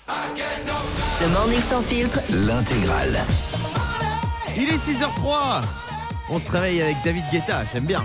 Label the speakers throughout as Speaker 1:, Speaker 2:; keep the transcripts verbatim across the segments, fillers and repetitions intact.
Speaker 1: Le Morning Sans Filtre,
Speaker 2: l'intégrale.
Speaker 3: Il est six heures trois. On se réveille avec David Guetta, j'aime bien.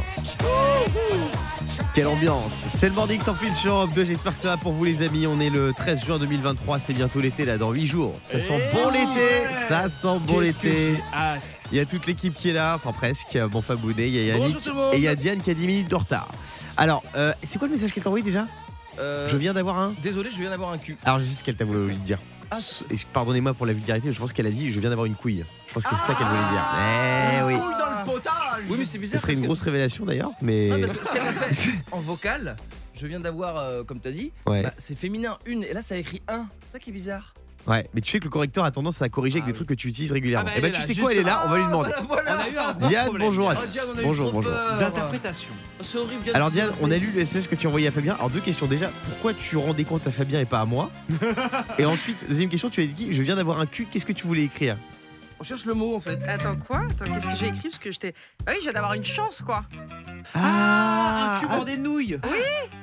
Speaker 3: Quelle ambiance. C'est le Morning Sans Filtre sur Europe deux, j'espère que ça va pour vous les amis. On est le treize juin deux mille vingt-trois, c'est bientôt l'été là, dans huit jours. Ça sent bon l'été, ça sent bon l'été. Il y a toute l'équipe qui est là, enfin presque. Bon Fabounet, il y a Yannick et il y a Diane qui a dix minutes de retard. Alors, euh, c'est quoi le message qu'elle t'a envoyé déjà euh, Je viens d'avoir un...
Speaker 4: Désolé, je viens d'avoir un cul.
Speaker 3: Alors je sais ce qu'elle t'a voulu dire. Ah, pardonnez-moi pour la vulgarité, je pense qu'elle a dit je viens d'avoir une couille. Je pense que c'est ah, ça qu'elle voulait dire. Eh oui.
Speaker 4: Couille dans le potage. Oui, mais c'est bizarre.
Speaker 3: Ce serait une
Speaker 4: que...
Speaker 3: grosse révélation d'ailleurs, mais.
Speaker 4: Non, parce que si elle l'a fait en vocal, je viens d'avoir, euh, comme t'as dit, ouais. bah, c'est féminin une et là ça a écrit un. C'est ça qui est bizarre.
Speaker 3: Ouais, mais tu sais que le correcteur a tendance à corriger avec ah, des trucs que tu utilises régulièrement.
Speaker 5: Ah bah,
Speaker 3: et bah tu sais quoi, elle est là, on va lui demander.
Speaker 4: Ah, voilà, voilà.
Speaker 5: On a eu un
Speaker 3: Diane,
Speaker 5: problème.
Speaker 3: bonjour à
Speaker 4: oh,
Speaker 3: tous.
Speaker 4: Diane,
Speaker 3: bonjour, bonjour.
Speaker 5: D'interprétation.
Speaker 4: Oh, c'est horrible. Diane,
Speaker 3: alors Diane, on a lu le S M S que tu as envoyé à Fabien. Alors deux questions déjà, pourquoi tu rendais compte à Fabien et pas à moi? Et ensuite, deuxième question, tu as dit je viens d'avoir un cul, qu'est-ce que tu voulais écrire?
Speaker 4: On cherche le mot en fait.
Speaker 6: Attends quoi? Attends, qu'est-ce que j'ai écrit? Parce que j'étais. Ah oui, je viens d'avoir une chance quoi.
Speaker 5: Ah, un cul pour des nouilles.
Speaker 6: Oui.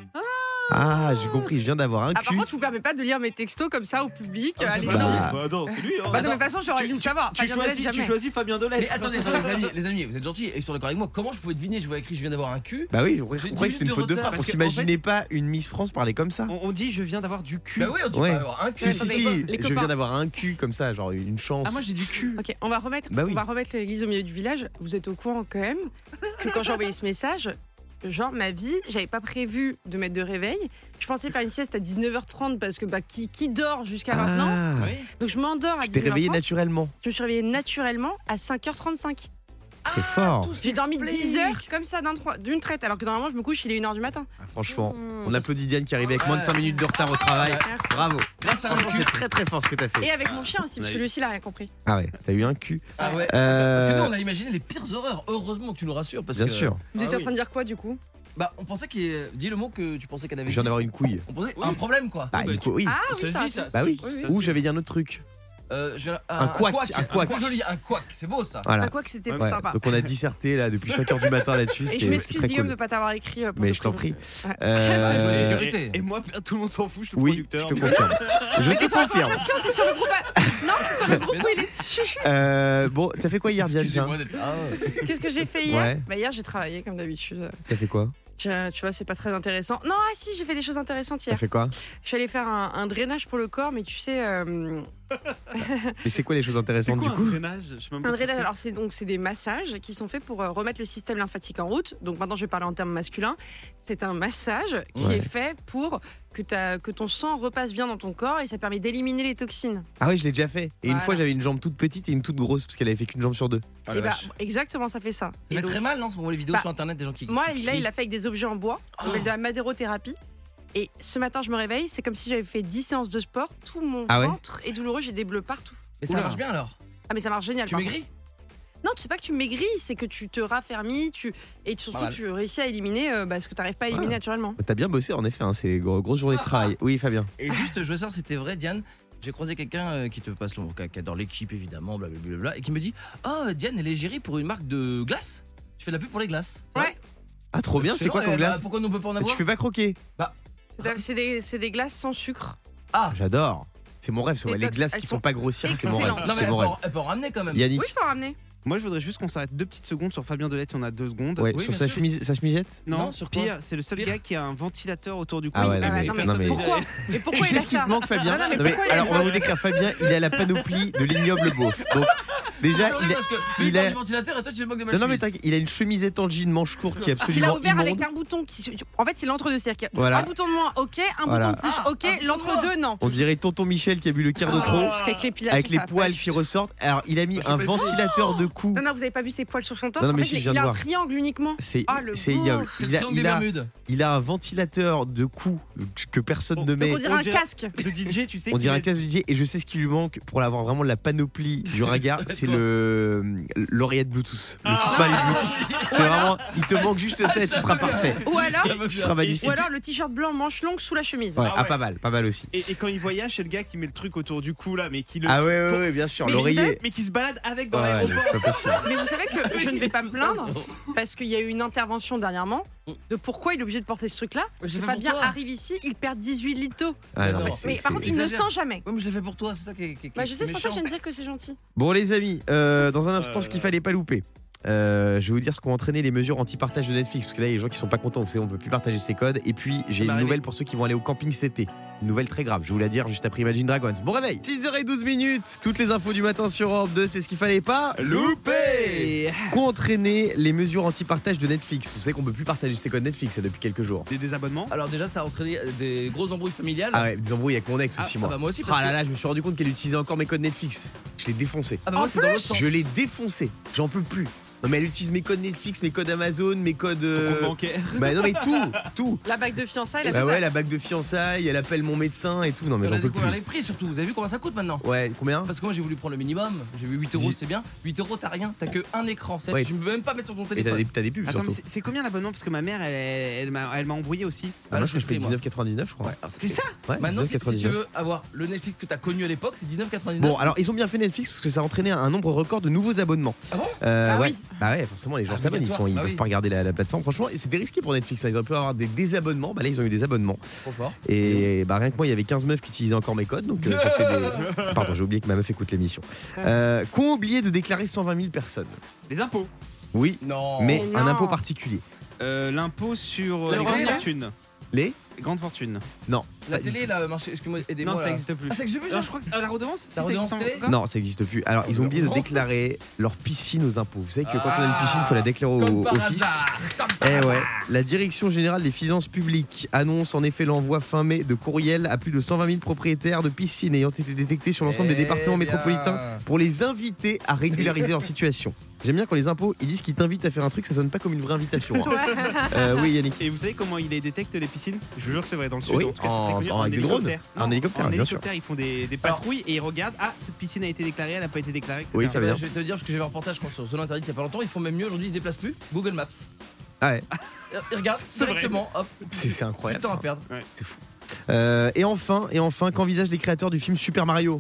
Speaker 3: Ah, j'ai compris, je viens d'avoir un
Speaker 6: ah,
Speaker 3: cul.
Speaker 6: Par contre, je vous permets pas de lire mes textos comme ça au public.
Speaker 4: Ah,
Speaker 6: allez,
Speaker 4: bah,
Speaker 5: bah non, c'est lui. Hein.
Speaker 6: Bah non, mais de toute façon, j'aurais dû le savoir.
Speaker 5: Tu, choisis, tu choisis Fabien Delette.
Speaker 4: Mais attendez, attendez les amis, les amis, vous êtes gentils et ils sont d'accord avec moi. Comment je pouvais deviner? Je vois écrit, je viens d'avoir un cul.
Speaker 3: Bah oui, on croyait que c'était une faute de frappe. On s'imaginait pas une Miss France parler comme ça.
Speaker 5: On dit je viens d'avoir du cul.
Speaker 4: Bah oui, on dit
Speaker 3: ouais.
Speaker 4: pas avoir un cul.
Speaker 3: Si, si, si, je viens d'avoir un cul comme ça, genre une chance.
Speaker 5: Ah, moi j'ai du cul.
Speaker 6: Ok, on va remettre,
Speaker 3: bah oui.
Speaker 6: on va remettre l'église au milieu du village. Vous êtes au courant quand même que quand j'ai envoyé ce message, genre ma vie, j'avais pas prévu de mettre de réveil. Je pensais faire une sieste à dix-neuf heures trente parce que bah qui, qui dort jusqu'à ah, maintenant.
Speaker 4: Oui.
Speaker 6: Donc je m'endors à dix-neuf heures trente.
Speaker 3: Tu t'es réveillé naturellement.
Speaker 6: Je me suis réveillée naturellement à cinq heures trente-cinq.
Speaker 3: C'est ah, fort.
Speaker 6: J'ai dormi dix heures comme ça d'un, d'une traite alors que normalement je me couche il est une heure du matin.
Speaker 3: Ah, franchement, mmh. on applaudit Diane qui est arrivée avec moins de cinq minutes de retard au travail.
Speaker 6: Merci.
Speaker 3: Bravo.
Speaker 4: Là, c'est,
Speaker 3: c'est très très fort ce que t'as fait.
Speaker 6: Et avec mon chien aussi parce que lui aussi il a rien compris.
Speaker 3: Ah ouais, t'as eu un cul.
Speaker 4: Ah ouais. Euh... Parce que nous on a imaginé les pires horreurs. Heureusement que tu nous rassures parce
Speaker 3: Bien
Speaker 4: que...
Speaker 3: sûr.
Speaker 6: Vous étiez
Speaker 4: ah,
Speaker 6: en train
Speaker 4: oui.
Speaker 6: de dire quoi du coup?
Speaker 4: Bah on pensait qu'il est... Dis le mot que tu pensais qu'elle avait.
Speaker 3: Je viens d'avoir une couille.
Speaker 4: On pensait
Speaker 5: oui.
Speaker 4: un problème quoi.
Speaker 3: Bah,
Speaker 5: bah,
Speaker 3: une cou... oui.
Speaker 6: Ah oui ça,
Speaker 5: ça.
Speaker 3: Bah oui.
Speaker 6: oui, oui.
Speaker 3: Ou j'avais dit un autre truc.
Speaker 4: Euh, je... un,
Speaker 3: un couac, un couac.
Speaker 4: Un joli, un couac, c'est beau ça.
Speaker 3: Voilà.
Speaker 6: Un couac c'était
Speaker 3: ouais.
Speaker 6: plus sympa.
Speaker 3: Donc on a disserté là depuis cinq heures du matin là-dessus.
Speaker 6: Et je m'excuse Guillaume de pas t'avoir écrit.
Speaker 3: Mais je t'en prie.
Speaker 6: Ouais.
Speaker 3: Euh...
Speaker 4: Et,
Speaker 5: et moi tout le monde s'en fout, je suis le
Speaker 3: oui,
Speaker 5: producteur.
Speaker 3: je te confirme. Je te confirme.
Speaker 6: C'est sur le groupe. Non, c'est sur le groupe où il est dessus.
Speaker 3: Euh, bon, t'as fait quoi hier Diane?
Speaker 6: Qu'est-ce que j'ai fait hier? Bah hier j'ai travaillé comme d'habitude.
Speaker 3: T'as fait quoi?
Speaker 6: Je, tu vois, c'est pas très intéressant. Non, ah si, j'ai fait des choses intéressantes hier.
Speaker 3: T'as fait quoi?
Speaker 6: Je suis allée faire un, un drainage pour le corps, mais tu sais. Euh...
Speaker 3: mais c'est quoi les choses intéressantes
Speaker 5: quoi,
Speaker 3: du coup?
Speaker 5: Un drainage, je sais même pas
Speaker 6: un drainage, alors c'est donc c'est des massages qui sont faits pour euh, remettre le système lymphatique en route. Donc maintenant, je vais parler en termes masculins. C'est un massage qui ouais. est fait pour que, ta, que ton sang repasse bien dans ton corps et ça permet d'éliminer les toxines.
Speaker 3: Ah oui, je l'ai déjà fait. Et voilà. Une fois, j'avais une jambe toute petite et une toute grosse parce qu'elle avait fait qu'une jambe sur deux.
Speaker 4: Oh,
Speaker 6: et bah, exactement, ça fait ça.
Speaker 4: Ça fait donc, très mal, non? On voit les vidéos bah, sur internet des gens qui.
Speaker 6: Moi,
Speaker 4: qui
Speaker 6: là, il l'a fait avec des objets en bois. Ça s'appelle oh. de la madérothérapie. Et ce matin, je me réveille, c'est comme si j'avais fait dix séances de sport. Tout mon ah ventre ouais est douloureux, j'ai des bleus partout.
Speaker 4: Mais ça Oula. marche bien alors?
Speaker 6: Ah, mais ça marche génial.
Speaker 4: Tu maigris?
Speaker 6: Non, tu sais pas que tu maigris, c'est que tu te raffermis tu... et surtout tu réussis à éliminer euh, bah, ce que tu n'arrives pas à éliminer ah. naturellement.
Speaker 3: T'as bien bossé en effet, hein, c'est une grosse journée de travail. Oui, Fabien.
Speaker 4: Et juste, je veux savoir, c'était vrai, Diane? J'ai croisé quelqu'un euh, qui te passe le qui adore l'équipe évidemment, blablabla, et qui me dit oh, Diane, elle est gérée pour une marque de glace. Tu fais de la pub pour les glaces?
Speaker 6: Ouais.
Speaker 3: Ah, trop bien, c'est quoi comme glace?
Speaker 4: Bah, pourquoi nous on peut pas en avoir?
Speaker 3: Tu fais pas croquer?
Speaker 4: Bah.
Speaker 6: C'est des, c'est des glaces sans sucre.
Speaker 4: Ah,
Speaker 3: j'adore. C'est mon rêve, les, les glaces qui sont pas grossières, c'est mon rêve.
Speaker 4: Non mais elle peut, en, elle peut en ramener quand même.
Speaker 3: Yannick.
Speaker 6: Oui, je peux en ramener.
Speaker 5: Moi, je voudrais juste qu'on s'arrête deux petites secondes sur Fabien Delette si on a deux secondes.
Speaker 3: Ouais,
Speaker 5: oui,
Speaker 3: sur sa, chemise, sa chemisette?
Speaker 5: Non,
Speaker 4: non sur
Speaker 5: pire, c'est le seul Pire. gars qui a un ventilateur autour du cou.
Speaker 3: Ah ouais,
Speaker 6: ah
Speaker 3: mais,
Speaker 6: non, mais,
Speaker 3: non, mais
Speaker 6: pourquoi? Mais pourquoi
Speaker 3: tu
Speaker 6: il
Speaker 3: sais ce qui te manque, Fabien?
Speaker 6: non, non, mais
Speaker 3: non, mais, alors, on va vous décrire Fabien, il a la panoplie de l'ignoble beauf. Donc, déjà, il a.
Speaker 4: Il a. ventilateur et toi, tu te manques de ma
Speaker 3: non, non, mais il a une chemisette en jean manche courte qui est absolument.
Speaker 6: Il a ouvert
Speaker 3: immonde.
Speaker 6: avec un bouton qui. En fait, c'est l'entre-deux. C'est-à-dire
Speaker 3: voilà.
Speaker 6: un bouton de moins, ok, un
Speaker 3: voilà.
Speaker 6: bouton de plus, ok, ah, l'entre-deux, non.
Speaker 3: On dirait tonton Michel qui a bu le quart de trop. Avec les poils qui ressortent. Alors, il a mis un ventilateur de cou.
Speaker 6: Non, non, vous avez pas vu ses poils sur son torse?
Speaker 3: Non, mais
Speaker 6: en fait,
Speaker 3: si,
Speaker 6: il,
Speaker 3: je viens
Speaker 6: il
Speaker 3: de
Speaker 6: a
Speaker 3: voir.
Speaker 6: un triangle uniquement.
Speaker 3: C'est
Speaker 6: ah,
Speaker 3: ignoble. Il a, il, a, il a un ventilateur de cou que personne
Speaker 6: bon,
Speaker 3: ne met.
Speaker 6: On dirait un casque
Speaker 5: de D J, tu sais.
Speaker 3: On dirait un casque de D J et je sais ce qui lui manque pour avoir vraiment la panoplie du regard, c'est le l'oreillette Bluetooth. Le kit balai Bluetooth. C'est vraiment, il te manque juste ça et tu seras parfait.
Speaker 6: Ou alors,
Speaker 3: tu seras magnifique.
Speaker 6: Ou alors le t-shirt blanc manche longue sous la chemise.
Speaker 3: Ouais, ah, pas mal, pas mal aussi.
Speaker 5: Et, et quand il voyage, c'est le gars qui met le truc autour du cou là, mais qui le.
Speaker 3: Ah ouais, ouais, ouais bien sûr,
Speaker 5: mais
Speaker 3: l'oreiller.
Speaker 5: Mais qui se balade avec dans
Speaker 3: ouais,
Speaker 5: l'aéroport.
Speaker 3: C'est pas possible.
Speaker 6: Mais vous savez que je ne vais pas me plaindre parce qu'il y a eu une intervention dernièrement. de pourquoi il est obligé de porter ce truc-là.
Speaker 4: Ouais, je l'ai fait
Speaker 6: Fabien
Speaker 4: pour toi.
Speaker 6: arrive ici, il perd dix-huit litres d'eau.
Speaker 3: Ah,
Speaker 4: non,
Speaker 3: non,
Speaker 4: mais
Speaker 3: c'est-
Speaker 6: Mais
Speaker 3: c'est-
Speaker 6: par contre, il ne
Speaker 4: exagère.
Speaker 6: sent jamais.
Speaker 4: Ouais, mais je l'ai fait pour toi, c'est ça qui est, qui est-
Speaker 6: Bah, je sais, c'est pour ça que je
Speaker 4: méchant.
Speaker 6: viens de dire que c'est gentil.
Speaker 3: Bon les amis, euh, dans un instant, ce qu'il fallait pas louper. Euh, je vais vous dire ce qu'ont entraîné les mesures anti-partage de Netflix, parce que là il y a des gens qui sont pas contents, vous savez, on peut plus partager ses codes. Et puis j'ai
Speaker 4: Ça
Speaker 3: une
Speaker 4: m'est arrivé.
Speaker 3: nouvelle pour ceux qui vont aller au camping cet été. Une nouvelle très grave, je vais vous la dire juste après Imagine Dragons. Bon réveil, six heures douze minutes, toutes les infos du matin sur Europe deux, c'est ce qu'il fallait pas
Speaker 4: Loupé.
Speaker 3: Qu'ont entraîné les mesures anti-partage de Netflix. Vous savez qu'on peut plus partager ses codes Netflix ça, depuis quelques jours.
Speaker 5: Des désabonnements.
Speaker 4: Alors déjà, ça a entraîné des grosses embrouilles familiales.
Speaker 3: Ah ouais, des embrouilles avec mon ex
Speaker 4: Ah,
Speaker 3: aussi
Speaker 4: ah
Speaker 3: moi.
Speaker 4: bah moi aussi, parce
Speaker 3: Ah là
Speaker 4: que-
Speaker 3: là, je me suis rendu compte qu'elle utilisait encore mes codes Netflix. Je l'ai défoncé.
Speaker 4: Ah bah moi,
Speaker 6: En
Speaker 4: c'est dans l'autre sens.
Speaker 3: Je l'ai défoncé. J'en peux plus. Non mais elle utilise mes codes Netflix, mes codes Amazon, mes codes. euh,
Speaker 5: Compte bancaire.
Speaker 3: Bah non mais tout, tout.
Speaker 6: La bague de fiançailles, la
Speaker 3: Bah
Speaker 6: fait
Speaker 3: ouais,
Speaker 6: ça.
Speaker 3: la bague de fiançailles, elle appelle mon médecin et tout. Non mais
Speaker 4: On
Speaker 3: j'en
Speaker 4: a
Speaker 3: peux
Speaker 4: découvert
Speaker 3: plus.
Speaker 4: les prix surtout. Vous avez vu comment ça coûte maintenant?
Speaker 3: Ouais, combien?
Speaker 4: Parce que moi j'ai voulu prendre le minimum, j'ai vu huit euros,
Speaker 3: Dix-
Speaker 4: c'est bien. huit euros, t'as rien, t'as que un écran. C'est-
Speaker 3: Ouais.
Speaker 4: Tu peux même pas mettre sur ton
Speaker 3: Et t'as
Speaker 4: téléphone.
Speaker 3: des, t'as des pubs
Speaker 5: Attends, mais
Speaker 3: surtout.
Speaker 5: c'est- c'est combien l'abonnement? Parce que ma mère, elle, elle, m'a elle m'a embrouillé aussi.
Speaker 3: Ah, moi je
Speaker 4: j'ai
Speaker 3: crois que je paye
Speaker 4: pris, moi.
Speaker 3: dix-neuf quatre-vingt-dix-neuf je crois.
Speaker 4: Ouais, alors,
Speaker 5: C'est ça?
Speaker 3: Ouais,
Speaker 4: Maintenant, si, si tu
Speaker 3: dix-neuf quatre-vingt-dix-neuf.
Speaker 4: veux avoir le Netflix que t'as connu à l'époque, c'est dix-neuf quatre-vingt-dix-neuf.
Speaker 3: Bon, alors ils ont bien fait Netflix parce que ça a entraîné un nombre record de nouveaux abonnements.
Speaker 4: Ah bon
Speaker 3: Euh,
Speaker 6: Ah
Speaker 3: ouais.
Speaker 6: oui.
Speaker 3: Bah ouais, forcément les gens
Speaker 4: Ah,
Speaker 3: s'abonnent, ils, sont, ils
Speaker 4: bah
Speaker 3: peuvent
Speaker 4: oui.
Speaker 3: pas regarder la, la plateforme. Franchement, et c'était risqué pour Netflix. Hein. Ils auraient pu avoir des désabonnements. Bah là ils ont eu des abonnements.
Speaker 4: Trop fort.
Speaker 3: Et bah rien que moi, il y avait quinze meufs qui utilisaient encore mes codes, donc euh, ça fait des. Pardon, j'ai oublié que ma meuf écoute l'émission. Euh, Qu'ont oublié de déclarer cent vingt mille personnes.
Speaker 5: Les impôts.
Speaker 3: Oui,
Speaker 4: Non.
Speaker 3: mais
Speaker 6: Mais
Speaker 3: un
Speaker 6: non.
Speaker 3: impôt particulier.
Speaker 5: Euh, L'impôt sur
Speaker 4: La
Speaker 5: les
Speaker 4: télé,
Speaker 5: grandes
Speaker 4: là
Speaker 5: fortunes.
Speaker 3: Les
Speaker 5: Les grandes fortunes.
Speaker 3: Non.
Speaker 4: La
Speaker 3: pas du
Speaker 4: télé, là, marché, excuse-moi, aidez-moi.
Speaker 5: Non, ça
Speaker 4: là.
Speaker 5: n'existe plus.
Speaker 4: Ah, ça existe plus, ça
Speaker 5: Alors, je crois que euh, la redevance.
Speaker 4: La redevance
Speaker 5: ça existe
Speaker 4: télé
Speaker 5: encore
Speaker 3: Non, ça n'existe plus. Alors, ils ont oublié de
Speaker 4: Non.
Speaker 3: déclarer leur piscine aux impôts. Vous savez que quand on a une
Speaker 4: Ah,
Speaker 3: piscine, il faut la déclarer au,
Speaker 4: Comme
Speaker 3: au
Speaker 4: par
Speaker 3: fisc.
Speaker 4: hasard. Comme par
Speaker 3: Eh ouais,
Speaker 4: hasard.
Speaker 3: la Direction Générale des Finances Publiques annonce en effet l'envoi fin mai de courriels à plus de cent vingt mille propriétaires de piscines ayant été détectés sur l'ensemble des
Speaker 4: Eh
Speaker 3: départements
Speaker 4: bien.
Speaker 3: métropolitains pour les inviter à régulariser leur situation. J'aime bien quand les impôts ils disent qu'ils t'invitent à faire un truc, ça sonne pas comme une vraie invitation. hein. Euh, oui, Yannick.
Speaker 5: Et vous savez comment ils les détectent les piscines? Je vous jure que c'est vrai, dans le sud.
Speaker 3: Oui,
Speaker 5: en tout cas, c'est
Speaker 3: en-
Speaker 5: très connu,
Speaker 3: en- avec des drones.
Speaker 5: hélicoptère.
Speaker 3: En
Speaker 5: Non,
Speaker 3: hélicoptère,
Speaker 5: en
Speaker 3: bien sûr.
Speaker 5: hélicoptère, ils font des, des patrouilles et ils regardent. Ah, cette piscine a été déclarée, elle n'a pas été déclarée, et cetera.
Speaker 3: Oui,
Speaker 4: Ah
Speaker 3: Fabien.
Speaker 4: bah, je vais te dire, parce que j'ai vu un reportage je crois, sur Zone Interdite il y a pas longtemps, ils font même mieux aujourd'hui, ils se déplacent plus. Google Maps.
Speaker 3: Ah ouais,
Speaker 4: Ils regardent
Speaker 5: C'est vrai.
Speaker 4: directement, hop,
Speaker 3: c'est c'est
Speaker 4: plus
Speaker 3: incroyable.
Speaker 4: de temps
Speaker 3: ça.
Speaker 4: à perdre.
Speaker 3: C'est fou. Euh, et enfin, et enfin, qu'envisagent les créateurs du film Super Mario?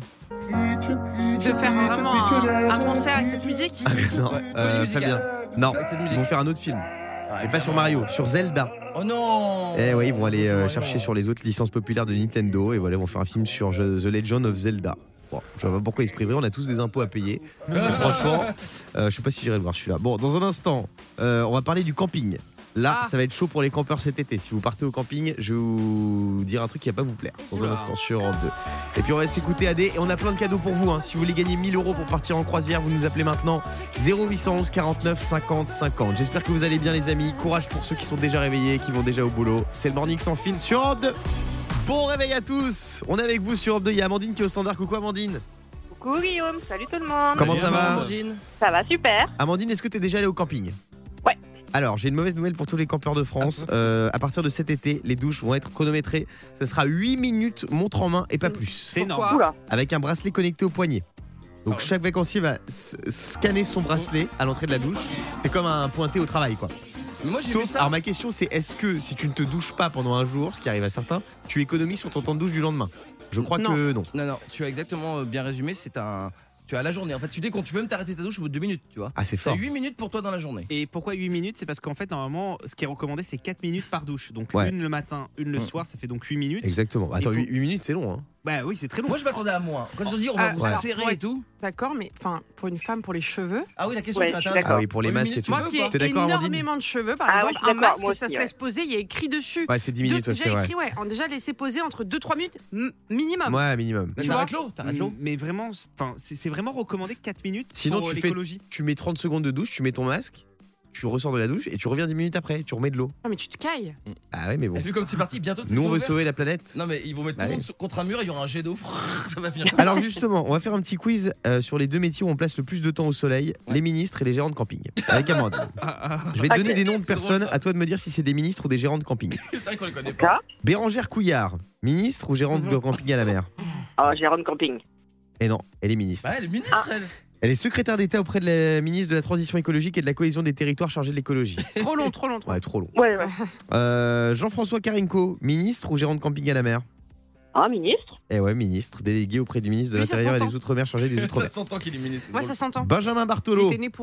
Speaker 6: De faire vraiment un, un concert avec cette musique.
Speaker 3: Ah, non,
Speaker 4: Ouais,
Speaker 3: euh,
Speaker 4: comédie musicale.
Speaker 3: Fabien. Non,
Speaker 4: Avec cette
Speaker 3: ils
Speaker 4: musique.
Speaker 3: vont faire un autre film.
Speaker 4: Ah,
Speaker 3: Et pas sur
Speaker 4: évidemment.
Speaker 3: Mario, sur Zelda.
Speaker 4: Oh non.
Speaker 3: Eh ouais, ils vont aller euh,
Speaker 4: Oh,
Speaker 3: chercher
Speaker 4: non.
Speaker 3: sur les autres licences populaires de Nintendo et voilà, ils vont faire un film sur The Legend of Zelda. Bon, je vois pas pourquoi ils se priveraient, on a tous des impôts à payer. Franchement, euh, je sais pas si j'irai le voir celui-là. Bon, dans un instant, euh, on va parler du camping. Là,
Speaker 6: Ah.
Speaker 3: ça va être chaud pour les campeurs cet été. Si vous partez au camping, je vais vous dire un truc qui va pas vous plaire. Dans un instant sur Europe deux. Et puis on va s'écouter A D et on a plein de cadeaux pour vous. Hein. Si vous voulez gagner mille euros pour partir en croisière, vous nous appelez maintenant zéro huit onze quarante-neuf cinquante cinquante. J'espère que vous allez bien les amis. Courage pour ceux qui sont déjà réveillés, qui vont déjà au boulot. C'est le Morning sans fil sur Europe deux. Bon réveil à tous. On est avec vous sur Europe deux. Il y a Amandine qui est au standard. Coucou Amandine.
Speaker 1: Coucou Guillaume, salut tout le monde.
Speaker 3: Comment
Speaker 4: Bien,
Speaker 3: ça va
Speaker 4: Amandine.
Speaker 1: Ça va super.
Speaker 3: Amandine, est-ce que tu es déjà allée au camping?
Speaker 1: Ouais.
Speaker 3: Alors, j'ai une mauvaise nouvelle pour tous les campeurs de France. Euh, à partir de cet été, les douches vont être chronométrées. Ça sera huit minutes montre en main et pas plus.
Speaker 5: C'est énorme.
Speaker 6: Pourquoi
Speaker 1: Oula.
Speaker 3: Avec un bracelet connecté au poignet. Donc
Speaker 4: Ah ouais.
Speaker 3: chaque vacancier va s- scanner son bracelet à l'entrée de la douche. C'est comme un pointé au travail quoi.
Speaker 4: Mais moi j'ai vu
Speaker 3: Sauf,
Speaker 4: ça.
Speaker 3: alors ma question c'est est-ce que si tu ne te douches pas pendant un jour, ce qui arrive à certains, tu économises sur ton temps de douche du lendemain? Je crois
Speaker 6: Non.
Speaker 3: que non.
Speaker 4: Non, non, tu as exactement euh, bien résumé, c'est un. Tu as la journée. En fait, tu décomptes, tu peux même t'arrêter ta douche au bout de deux minutes, tu vois.
Speaker 3: Ah c'est
Speaker 4: T'as
Speaker 3: fort.
Speaker 4: huit minutes pour toi dans la journée.
Speaker 5: Et pourquoi huit minutes? C'est parce qu'en fait, normalement, ce qui est recommandé, c'est quatre minutes par douche. Donc
Speaker 3: Ouais.
Speaker 5: une le matin, une le
Speaker 4: Mm.
Speaker 5: soir, ça fait donc huit minutes.
Speaker 3: Exactement. Attends,
Speaker 5: Il faut-
Speaker 3: huit minutes c'est long hein.
Speaker 5: Bah oui, c'est très long.
Speaker 4: Moi je m'attendais à moins. Quand je dis on va
Speaker 6: Ah,
Speaker 4: vous
Speaker 6: alors,
Speaker 4: serrer
Speaker 6: ouais.
Speaker 4: et tout.
Speaker 6: D'accord, mais enfin, pour une femme, pour les cheveux.
Speaker 4: Ah oui, la question
Speaker 1: Ouais,
Speaker 4: c'est
Speaker 1: je suis
Speaker 4: intéressant.
Speaker 3: Ah oui, pour les
Speaker 4: huit
Speaker 3: masques
Speaker 4: minutes,
Speaker 3: et tout.
Speaker 4: tu
Speaker 6: Moi
Speaker 4: veux
Speaker 6: qui
Speaker 4: ou
Speaker 6: ai
Speaker 4: pas
Speaker 3: T'es d'accord, Amandine
Speaker 6: énormément de cheveux, par
Speaker 1: Ah
Speaker 6: exemple,
Speaker 1: oui, je suis
Speaker 6: un
Speaker 1: d'accord,
Speaker 6: masque,
Speaker 1: moi
Speaker 6: ça
Speaker 1: aussi,
Speaker 6: se laisse poser, il y a écrit dessus.
Speaker 3: Ouais, c'est dix
Speaker 6: Deux-
Speaker 3: minutes ouais,
Speaker 6: déjà
Speaker 3: c'est vrai.
Speaker 6: écrit, ouais, on déjà laissé poser entre deux trois minutes m- minimum.
Speaker 3: Ouais, minimum.
Speaker 4: Mais
Speaker 6: Tu
Speaker 4: t'arrêtes
Speaker 6: vois
Speaker 4: l'eau, t'arrêtes l'eau.
Speaker 5: Mais vraiment, enfin, c'est c'est vraiment recommandé quatre minutes
Speaker 3: Sinon,
Speaker 5: pour
Speaker 3: tu fais-
Speaker 5: l'écologie.
Speaker 3: Tu mets trente secondes de douche, tu mets ton masque, tu ressors de la douche et tu reviens dix minutes après, tu remets de l'eau.
Speaker 6: Ah, mais tu te cailles.
Speaker 3: Ah ouais mais bon.
Speaker 4: Et vu comme c'est parti, bientôt
Speaker 3: Nous on veut
Speaker 4: ouvert.
Speaker 3: sauver la planète.
Speaker 4: Non mais ils vont mettre
Speaker 3: Bah
Speaker 4: tout le
Speaker 3: oui.
Speaker 4: monde sur- contre un mur et il y aura un jet d'eau. Ça va finir.
Speaker 3: Alors justement, on va faire un petit quiz euh, sur les deux métiers où on place le plus de temps au soleil, les ministres et les gérants de camping. Avec Amandine. Je vais te
Speaker 1: Ok.
Speaker 3: donner des noms de
Speaker 4: C'est drôle,
Speaker 3: personnes,
Speaker 4: ça.
Speaker 3: à toi de me dire si c'est des ministres ou des gérants de camping.
Speaker 4: C'est vrai qu'on les connaît pas.
Speaker 1: D'accord.
Speaker 3: Bérangère Couillard, ministre ou gérante de camping à la mer?
Speaker 1: Oh, Jérôme Camping.
Speaker 3: Et non, elle est ministre.
Speaker 4: Bah elle est ministre elle.
Speaker 3: Elle est secrétaire d'État auprès de la ministre de la Transition écologique et de la cohésion des territoires chargée de l'écologie.
Speaker 6: Trop long, trop long, trop long.
Speaker 3: Ouais, trop long.
Speaker 1: Ouais, ouais.
Speaker 3: Euh, Jean-François Carenco, ministre ou gérant de camping à la mer?
Speaker 1: Ah, ministre.
Speaker 3: Eh ouais, ministre, délégué auprès du ministre de
Speaker 6: Oui, ça
Speaker 3: l'Intérieur et
Speaker 6: s'entend.
Speaker 3: des Outre-mer chargé des
Speaker 4: Ça
Speaker 3: Outre-mer.
Speaker 4: s'entend qu'il est ministre. c'est
Speaker 6: Ouais,
Speaker 4: drôle.
Speaker 6: ça s'entend.
Speaker 3: Benjamin
Speaker 6: Il
Speaker 3: Bartolo,
Speaker 6: était né pour.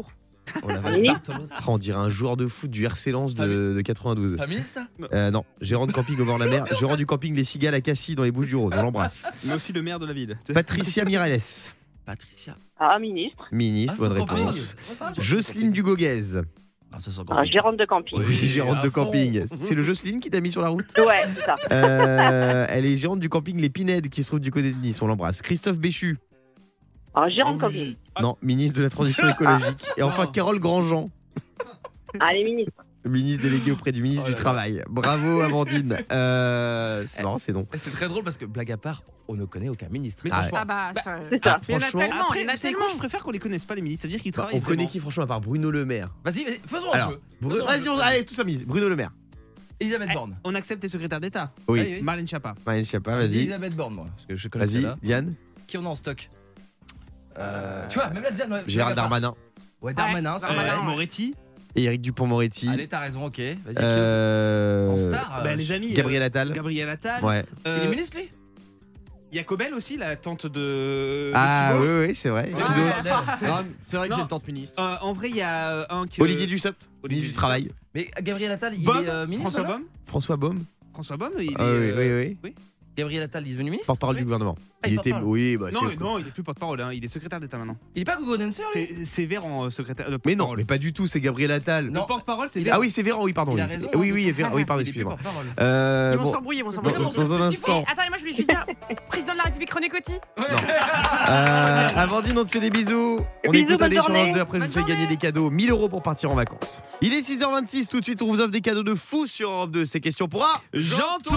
Speaker 4: Oh la vache,
Speaker 1: Oui.
Speaker 4: Bartolos.
Speaker 3: Ah, on dirait un joueur de foot du R C Lens de, de quatre-vingt-douze.
Speaker 4: Famille, ça
Speaker 3: Euh, non, gérant de camping au bord de la mer, gérant du camping des Cigales à Cassis dans les Bouches-du-Rhône. On l'embrasse.
Speaker 5: Mais aussi le maire de la ville.
Speaker 3: Patricia Miralles,
Speaker 4: Patricia.
Speaker 1: Ah, ministre.
Speaker 3: ministre,
Speaker 4: Ah,
Speaker 3: bonne
Speaker 4: c'est camping.
Speaker 3: réponse.
Speaker 4: Ouais, ça, j'ai-
Speaker 3: Jocelyne Dugoguez,
Speaker 4: Ah, ça sent
Speaker 1: Ah,
Speaker 4: camping.
Speaker 1: gérante de camping.
Speaker 3: oui,
Speaker 4: Oui,
Speaker 3: gérante
Speaker 4: à
Speaker 3: de
Speaker 4: fond.
Speaker 3: camping. C'est le Jocelyne qui t'a mis sur la route.
Speaker 1: Ouais, c'est ça.
Speaker 3: Euh, elle est gérante du camping Les Pinèdes qui se trouve du côté de Nice. On l'embrasse. Christophe Béchu,
Speaker 1: Ah, gérant de
Speaker 4: Ah
Speaker 1: camping.
Speaker 4: oui.
Speaker 3: non, ministre de la Transition écologique. Et enfin Carole Grandjean,
Speaker 1: Ah, les ministres.
Speaker 3: ministre délégué auprès du ministre
Speaker 4: Oh là
Speaker 3: du
Speaker 4: là.
Speaker 3: Travail. Bravo Amandine. Euh, c'est marrant, c'est non.
Speaker 4: Et C'est très drôle parce que, blague à part, on ne connaît aucun ministre.
Speaker 5: Mais
Speaker 3: Ah
Speaker 4: Franchement.
Speaker 6: Ah bah,
Speaker 5: Bah,
Speaker 6: ça.
Speaker 1: C'est ça.
Speaker 6: Il y en a
Speaker 3: franchement,
Speaker 6: tellement,
Speaker 5: Après,
Speaker 6: il y en a
Speaker 5: vous savez
Speaker 6: tellement.
Speaker 5: quoi, je préfère qu'on les connaisse pas les ministres, c'est-à-dire qu'ils
Speaker 3: Bah,
Speaker 5: travaillent.
Speaker 3: on connaît
Speaker 5: vraiment.
Speaker 3: qui franchement à part Bruno Le Maire.
Speaker 4: Vas-y, vas-y, faisons un
Speaker 3: Alors,
Speaker 4: jeu.
Speaker 3: Bru-
Speaker 4: Faisons un
Speaker 3: Vas-y,
Speaker 4: jeu.
Speaker 3: on- allez, tous amis. Bruno Le Maire.
Speaker 4: Elisabeth
Speaker 5: Eh,
Speaker 4: Borne.
Speaker 5: On accepte les secrétaires d'État.
Speaker 3: Oui.
Speaker 4: Allez, oui.
Speaker 5: Marlène Schiappa.
Speaker 3: Marine Schiappa,
Speaker 4: Vas-y,
Speaker 3: vas-y.
Speaker 4: Elisabeth Borne, moi. Parce que je connais
Speaker 3: Vas-y,
Speaker 4: celle-là.
Speaker 3: Diane.
Speaker 4: Qui on a en stock euh, Tu vois, même la Diane. ouais,
Speaker 3: Gérald
Speaker 4: blague à part.
Speaker 3: Darmanin.
Speaker 4: Ouais, Darmanin, c'est
Speaker 6: Darmanin,
Speaker 4: vrai.
Speaker 6: ouais.
Speaker 5: Moretti.
Speaker 3: Et Éric Dupond-Moretti.
Speaker 4: Allez, t'as raison, ok. Vas-y,
Speaker 3: Euh,
Speaker 4: qui- en star.
Speaker 5: Bah,
Speaker 4: euh,
Speaker 5: les amis.
Speaker 3: Gabriel Attal.
Speaker 5: euh, Gabriel Attal.
Speaker 3: Ouais.
Speaker 5: Euh,
Speaker 4: Il est ministre, lui
Speaker 5: Il y a Cobel aussi, la tante de. de
Speaker 3: Ah
Speaker 5: Thibaut.
Speaker 3: oui, oui, c'est vrai.
Speaker 4: Ouais,
Speaker 3: Qui d'autre
Speaker 4: bordel.
Speaker 2: Non, c'est vrai que
Speaker 5: Non.
Speaker 2: j'ai une tante ministre.
Speaker 5: Euh, en vrai, il y a euh, un qui.
Speaker 3: Olivier Dussopt,
Speaker 5: Olivier
Speaker 3: ministre du Travail.
Speaker 4: Mais Gabriel Attal, il
Speaker 5: Bob,
Speaker 4: est euh, ministre
Speaker 5: François
Speaker 4: là
Speaker 5: Baum.
Speaker 3: François Baume.
Speaker 5: François Baum, il est.
Speaker 3: Ah oui,
Speaker 5: euh,
Speaker 3: oui, oui.
Speaker 4: Gabriel Attal, il est devenu ministre
Speaker 3: Porte-parole
Speaker 5: Oui.
Speaker 3: du gouvernement.
Speaker 4: Ah,
Speaker 3: Il
Speaker 4: il
Speaker 3: était.
Speaker 4: porte-parole.
Speaker 3: Oui, bah
Speaker 5: Non,
Speaker 3: c'est.
Speaker 5: non, il est plus porte-parole, hein, il est secrétaire d'État maintenant.
Speaker 4: Il est pas Google Dancer, lui
Speaker 5: C'est c'est Véran, euh, secrétaire. euh,
Speaker 3: Mais non,
Speaker 5: porte-parole.
Speaker 3: mais pas du tout, c'est Gabriel Attal.
Speaker 4: Non.
Speaker 5: Le porte-parole, c'est
Speaker 4: Il
Speaker 5: Véran.
Speaker 3: Ah oui, c'est Véran, oui, pardon.
Speaker 4: Il a
Speaker 3: oui.
Speaker 4: raison.
Speaker 3: Oui,
Speaker 4: hein,
Speaker 3: oui,
Speaker 4: de
Speaker 3: Véran,
Speaker 4: toute
Speaker 3: oui,
Speaker 4: façon.
Speaker 3: pardon,
Speaker 4: Il est plus
Speaker 3: excusez-moi.
Speaker 4: porte-parole.
Speaker 3: Euh,
Speaker 6: Ils vont
Speaker 3: bon,
Speaker 6: s'embrouiller, ils vont
Speaker 3: dans,
Speaker 6: s'embrouiller.
Speaker 3: dans un instant.
Speaker 6: Eh, attends, moi je voulais juste dire, président de la République René Coty.
Speaker 3: Euh, Amandine, on te fait des bisous. On
Speaker 1: Bisous,
Speaker 3: écoute
Speaker 1: bonne
Speaker 3: Adé sur
Speaker 1: journée.
Speaker 3: Europe deux. Après, je
Speaker 6: Bonne
Speaker 3: vous fais gagner
Speaker 6: journée.
Speaker 3: des cadeaux. mille euros pour partir en vacances. Il est six heures vingt-six. Tout de suite, on vous offre des cadeaux de fou sur Europe deux. C'est question pour un.
Speaker 5: Janton.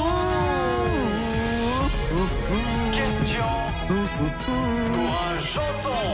Speaker 7: Question pour un janton.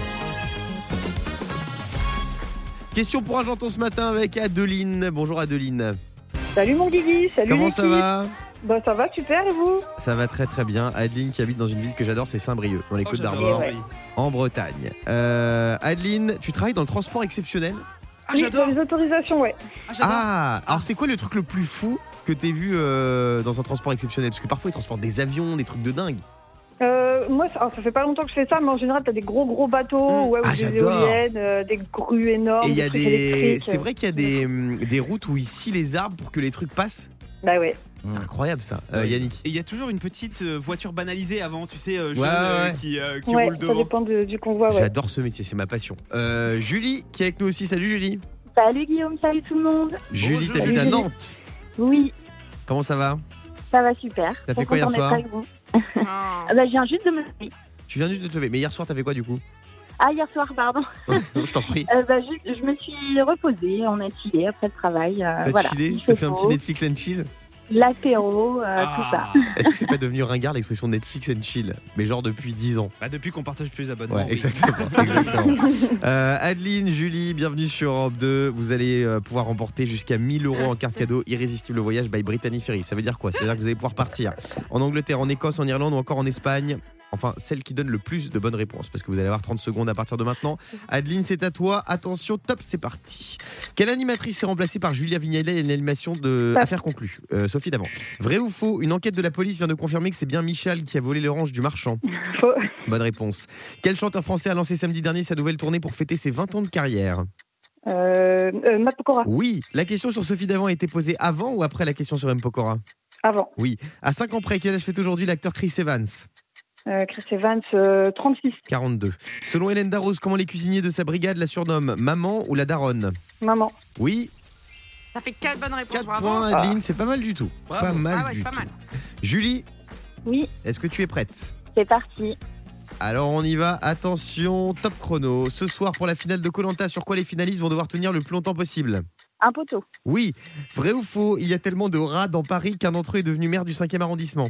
Speaker 3: Question pour un janton ce matin avec Adeline. Bonjour Adeline.
Speaker 8: Salut mon Guigui, salut
Speaker 3: Comment
Speaker 8: l'équipe.
Speaker 3: ça va?
Speaker 8: Bah ça va super et vous?
Speaker 3: Ça va très très bien. Adeline qui habite dans une ville que j'adore, c'est Saint-Brieuc, dans les
Speaker 5: Oh,
Speaker 3: Côtes
Speaker 5: j'adore.
Speaker 3: d'Armor,
Speaker 8: Ouais.
Speaker 3: en Bretagne. Euh, Adeline, tu travailles dans le transport exceptionnel?
Speaker 5: Ah,
Speaker 8: Oui,
Speaker 5: j'adore.
Speaker 8: pour les autorisations, ouais.
Speaker 5: Ah, j'adore.
Speaker 3: Ah, alors c'est quoi le truc le plus fou que t'aies vu euh, dans un transport exceptionnel? Parce que parfois ils transportent des avions, des trucs de dingue.
Speaker 8: Euh, moi, ça, alors, ça fait pas longtemps que je fais ça, mais en général, t'as des gros gros bateaux, ouais, ou
Speaker 3: Ah,
Speaker 8: des
Speaker 3: j'adore.
Speaker 8: éoliennes, euh, des grues énormes.
Speaker 3: Et il y a
Speaker 8: trucs
Speaker 3: des.
Speaker 8: électriques.
Speaker 3: C'est vrai qu'il y a des, hum, des routes où ils scient les arbres pour que les trucs passent.
Speaker 8: Bah ouais.
Speaker 3: C'est incroyable ça. Euh,
Speaker 4: Oui.
Speaker 3: Yannick.
Speaker 5: Et il y a toujours une petite euh, voiture banalisée avant, tu sais, euh, jaune,
Speaker 3: Ouais, ouais,
Speaker 5: euh,
Speaker 3: ouais.
Speaker 5: qui, euh, qui
Speaker 8: Ouais,
Speaker 5: roule
Speaker 8: ça
Speaker 5: devant.
Speaker 8: dépend de- du convoi, ouais.
Speaker 3: J'adore ce métier, c'est ma passion. Euh, Julie qui est avec nous aussi. Salut Julie.
Speaker 8: Salut Guillaume, salut tout le monde.
Speaker 3: Julie,
Speaker 4: Bonjour.
Speaker 3: t'habites à
Speaker 8: Salut, Julie.
Speaker 3: Nantes.
Speaker 8: Oui,
Speaker 3: Comment ça va?
Speaker 8: ça va super.
Speaker 3: T'as
Speaker 8: Trop
Speaker 3: fait quoi hier
Speaker 8: contente d'être
Speaker 3: soir
Speaker 8: avec vous.
Speaker 6: Oh.
Speaker 8: Ah bah, je viens juste de me lever.
Speaker 3: Tu viens juste de te lever. Mais hier soir, t'as fait quoi du coup?
Speaker 8: Ah, hier soir, pardon.
Speaker 3: Non, je t'en prie.
Speaker 8: Euh, bah, je, je me suis reposée, on a chillé après le travail. euh,
Speaker 3: T'as
Speaker 8: voilà.
Speaker 3: chillé?
Speaker 8: Il
Speaker 3: T'as
Speaker 8: fait
Speaker 3: fait un petit
Speaker 8: beau,
Speaker 3: Netflix and chill?
Speaker 8: l'apéro, euh, tout ça.
Speaker 5: Ah.
Speaker 3: Est-ce que c'est pas devenu ringard l'expression Netflix and chill? Mais genre depuis dix ans.
Speaker 5: Bah, depuis qu'on partage plus les abonnements.
Speaker 3: Ouais,
Speaker 5: oui.
Speaker 3: exactement. exactement. Euh, Adeline, Julie, bienvenue sur Europe deux. Vous allez euh, pouvoir remporter jusqu'à mille euros en carte cadeau Irrésistible Voyage by Brittany Ferry. Ça veut dire quoi? Ça veut dire que vous allez pouvoir partir en Angleterre, en Écosse, en Irlande ou encore en Espagne. Enfin, celle qui donne le plus de bonnes réponses, parce que vous allez avoir trente secondes à partir de maintenant. Adeline, c'est à toi. Attention, top, c'est parti. Quelle animatrice est remplacée par Julia Vignales et l'animation de
Speaker 8: Passe.
Speaker 3: Affaires conclues? euh, Sophie Davant. Vrai ou faux? Une enquête de la police vient de confirmer que c'est bien Michel qui a volé l'orange du marchand.
Speaker 8: Faux.
Speaker 3: Bonne réponse. Quel chanteur français a lancé samedi dernier sa nouvelle tournée pour fêter ses vingt ans de carrière?
Speaker 8: Euh, euh, Matt Pokora,
Speaker 3: Oui. La question sur Sophie Davant a été posée avant ou après la question sur M. Pokora?
Speaker 8: avant.
Speaker 3: À cinq ans près, quel âge fait aujourd'hui l'acteur Chris Evans?
Speaker 8: Euh, Chris Evans, euh, trente-six.
Speaker 3: quarante-deux. Selon Hélène Darroze, comment les cuisiniers de sa brigade la surnomment? Maman ou la daronne?
Speaker 8: Maman.
Speaker 3: Oui.
Speaker 6: Ça fait quatre bonnes réponses,
Speaker 3: quatre
Speaker 6: bravo.
Speaker 3: points, Adeline. C'est pas mal du tout.
Speaker 4: Bravo.
Speaker 3: Pas mal
Speaker 6: Ah ouais,
Speaker 3: du
Speaker 6: c'est pas
Speaker 3: tout.
Speaker 6: mal.
Speaker 3: Julie,
Speaker 8: Oui,
Speaker 3: est-ce que tu es prête?
Speaker 8: c'est parti.
Speaker 3: Alors on y va, attention, top chrono. Ce soir pour la finale de Koh-Lanta, sur quoi les finalistes vont devoir tenir le plus longtemps possible?
Speaker 8: Un poteau.
Speaker 3: Oui. Vrai ou faux? Il y a tellement de rats dans Paris qu'un d'entre eux est devenu maire du cinquième arrondissement.